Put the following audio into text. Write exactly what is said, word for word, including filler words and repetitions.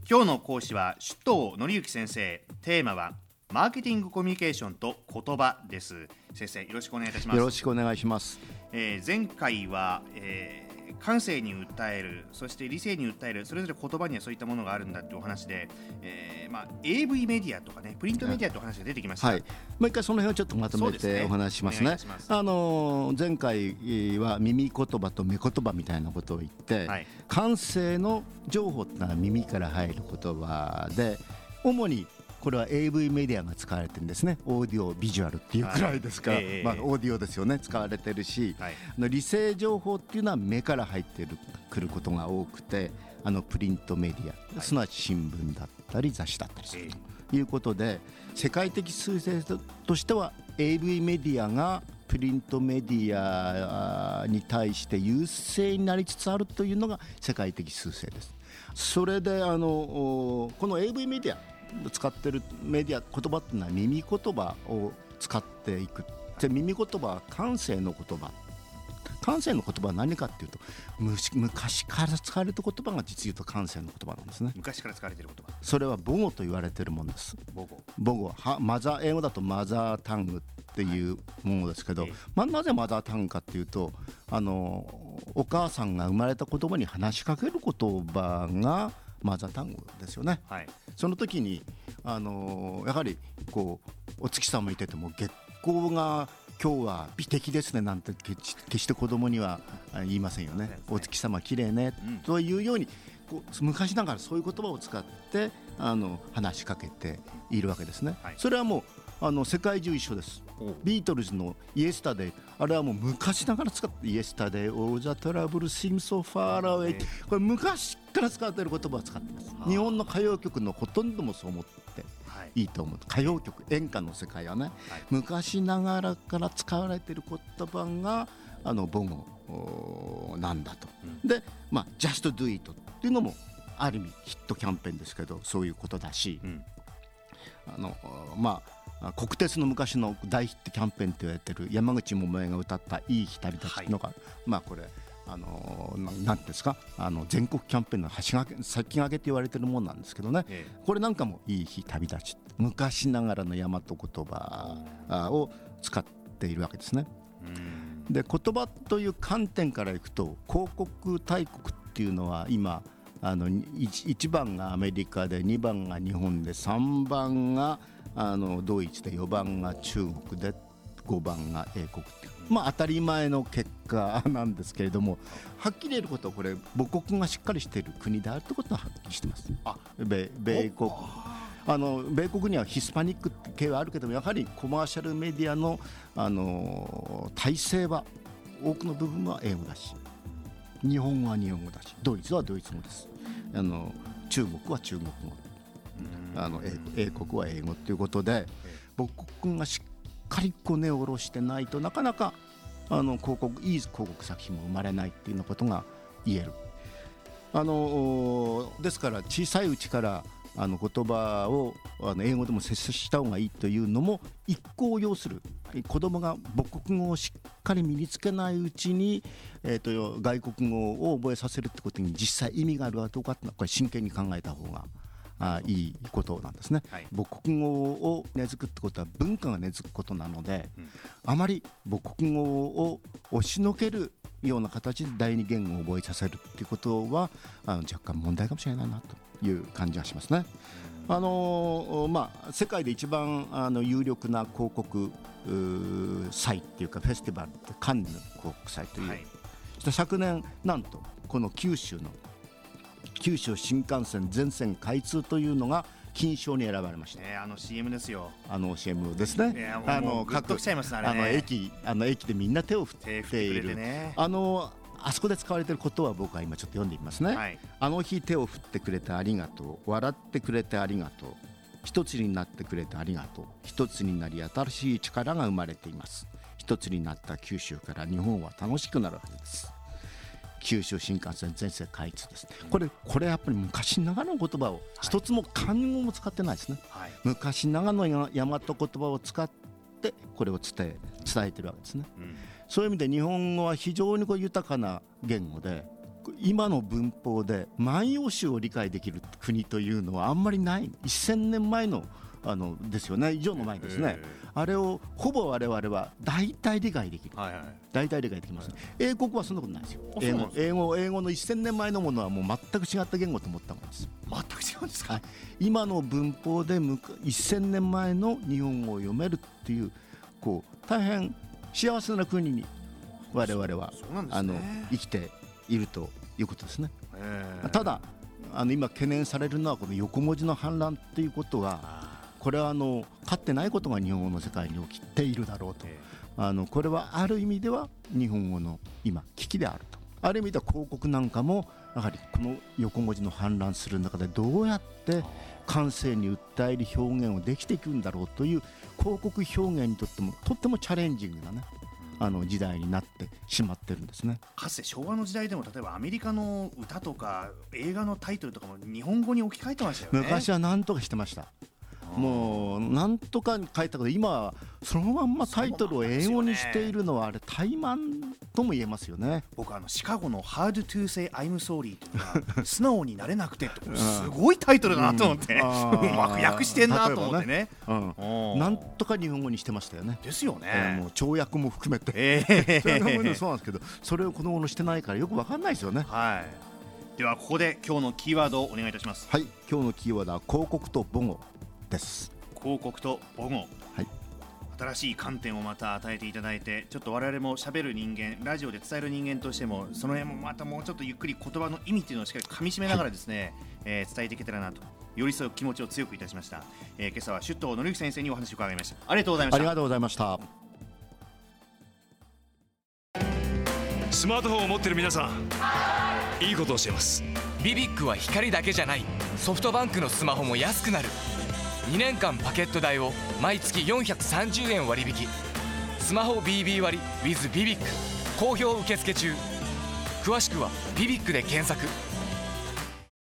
今日の講師は首藤紀之先生。テーマはマーケティングコミュニケーションと言葉です。先生、よろしくお願いいたします。 よろしくお願いします。 えー、前回は、えー感性に訴える、そして理性に訴える、それぞれ言葉にはそういったものがあるんだっていうお話で、えーまあ、エーブイ メディアとかね、プリントメディアという話が出てきました。 はい、もう一回その辺をちょっとまとめてお話ししますね。あのー、前回は耳言葉と目言葉みたいなことを言って、はい、感性の情報ってのは耳から入る言葉で、主にこれは エーブイ メディアが使われてるんですね。オーディオビジュアルっていうくらいですから、はい、まあ、オーディオですよね、使われてるし、はい、理性情報っていうのは目から入ってくることが多くて、あのプリントメディア、はい、すなわち新聞だったり雑誌だったりするということで、世界的趨勢としては エーブイ メディアがプリントメディアに対して優勢になりつつあるというのが世界的趨勢です。それであのこの エーブイ メディア使ってるメディア、言葉っていうのは耳言葉を使っていく。で、耳言葉は感性の言葉。感性の言葉は何かっていうと、昔から使われた言葉が実言うと感性の言葉なんですね。 昔から使われている言葉、 それは母語と言われているものです。 母語、 母語はマザー、英語だとマザータングっていうものですけど、はい、まあ、なぜマザータングかっていうと、あのお母さんが生まれた言葉に話しかける言葉がマザータングですよね。はい、その時にあのやはりこうお月様いてても月光が今日は美的ですねなんて決して子供には言いませんよね。お月様綺麗ね、うん、というようにこう昔ながらそういう言葉を使ってあの話しかけているわけですね。はい、それはもうあの世界中一緒です。ビートルズのイエスタデイ、あれはもう昔ながら使ってイエスタデイ All the trouble seems so far away、 これ昔から使っている言葉を使っています。日本の歌謡曲のほとんどもそう思っていいと思う。歌謡曲、演歌の世界はね、はい、昔ながらから使われている言葉があの母語なんだと、うん、で、まあ、Just Do It っていうのもある意味ヒットキャンペーンですけど、そういうことだし、うん、あのまあ国鉄の昔の大ヒットキャンペーンと言われている山口百恵が歌ったいい日旅立ちのが、はい、まあこれあのなんですか、あの全国キャンペーンの先駆け先駆けって言われているものなんですけどね、ええ、これなんかもいい日旅立ち、昔ながらの大和言葉を使っているわけですね。うんで、言葉という観点からいくと、広告大国っていうのは今あの 1, いちばんがアメリカで、にばんが日本で、さんばんがあのドイツで、よんばんが中国で、ごばんが英国っていう、まあ、当たり前の結果なんですけれども、はっきり言えることはこれ母国がしっかりしている国であるということははっきりしてます。あ、米, 米国あの米国にはヒスパニック系はあるけども、やはりコマーシャルメディア の, あの体制は多くの部分は英語だし、日本語は日本語だし、ドイツはドイツ語です。あの中国は中国語、あの 英, 英国は英語ということで、母国がしっかりこう根を下ろしてないと、なかなかあの広告いい広告作品も生まれないっていうようなことが言える。あのですから小さいうちからあの言葉をあの英語でも接した方がいいというのも一向を要する。子どもが母国語をしっかり身につけないうちに、えー、と外国語を覚えさせるってことに実際意味があるかどうかっていうのは、これ真剣に考えた方があいいことなんですね。はい、母国語を根付くってことは文化が根付くことなので、うん、あまり母国語を押しのけるような形で第二言語を覚えさせるっていうことはあの若干問題かもしれないなという感じがしますね。うん、あのまあ、世界で一番あの有力な広告祭っていうかフェスティバルってカンヌ広告祭という、はい、昨年なんとこの九州の九州新幹線全線開通というのが金賞に選ばれました。 ね、あの シーエム ですよ。 あの シーエム ですね。 ね、あのグッときちゃいますね、あれね。 あの駅あの駅でみんな手を振っている。ね、あのあそこで使われていることは僕は今ちょっと読んでみますね。はい、あの日手を振ってくれてありがとう、笑ってくれてありがとう、一つになってくれてありがとう、一つになり新しい力が生まれています。一つになった九州から日本は楽しくなるはずです。九州新幹線全線開通です。これこれやっぱり昔ながらの言葉を一つも漢語も使ってないですね。はい、昔ながらの大和言葉を使ってこれを伝え伝えてるわけですね。うん、そういう意味で日本語は非常にこう豊かな言語で、 今の文法で万葉集を理解できる国というのはあんまりない。せんねんまえのあのですよね、以上の前ですね。あれをほぼ我々は大体理解できる、はいはい、大体理解できます、ね、英国はそんなことないですよ。英語、英語、英語のせんねんまえのものはもう全く違った言語と思ったものです。 全く違うんですか、 はい、今の文法でせんねんまえの日本語を読めるっていう、こう大変幸せな国に我々は、ね、あの生きているということですね。ただあの今懸念されるのはこの横文字の氾濫っていうことは、これはあのかってないことが日本語の世界に起きているだろうと。あのこれはある意味では日本語の今危機であると。ある意味では広告なんかもやはりこの横文字の氾濫する中でどうやって感性に訴える表現をできていくんだろうという広告表現にとってもとってもチャレンジングなね、あの時代になってしまってるんですね。 かつて昭和の時代でも例えばアメリカの歌とか映画のタイトルとかも日本語に置き換えてましたよね。 昔は何とかしてました。もう何とかに書いたけど今はそのまんまタイトルを英語にしているのはあれ怠慢とも言えますよね。 僕あのシカゴの Hard to say I'm sorry っていうのが素直になれなくてってすごいタイトルだなと思って、うん、うまく訳してんなと思ってね、 うん、なんとか日本語にしてましたよね。 ですよね、 えー、もう跳躍も含めて、 えー、 それもそうなんですけど、それをこのものしてないからよく分かんないですよね。 はい、ではここで今日のキーワードをお願いいたします。 はい、今日のキーワードは広告と母語です。 広告と母語、はい、新しい観点をまた与えていただいて、ちょっと我々も喋る人間、ラジオで伝える人間としてもその辺もまたもうちょっとゆっくり言葉の意味っていうのをしっかり噛み締めながらですね、はい、えー、伝えていけたらなと寄り添う気持ちを強くいたしました。えー、今朝は首藤紀之先生にお話を伺いました。ありがとうございました。 ありがとうございました。 スマートフォンを持っている皆さん、いいことを教えます。 ビビックは光だけじゃない、ソフトバンクのスマホも安くなる。にねんかんパケット代を毎月よんひゃくさんじゅうえん割引。スマホ ビービー 割 with ビビック好評受付中。詳しくはビビックで検索。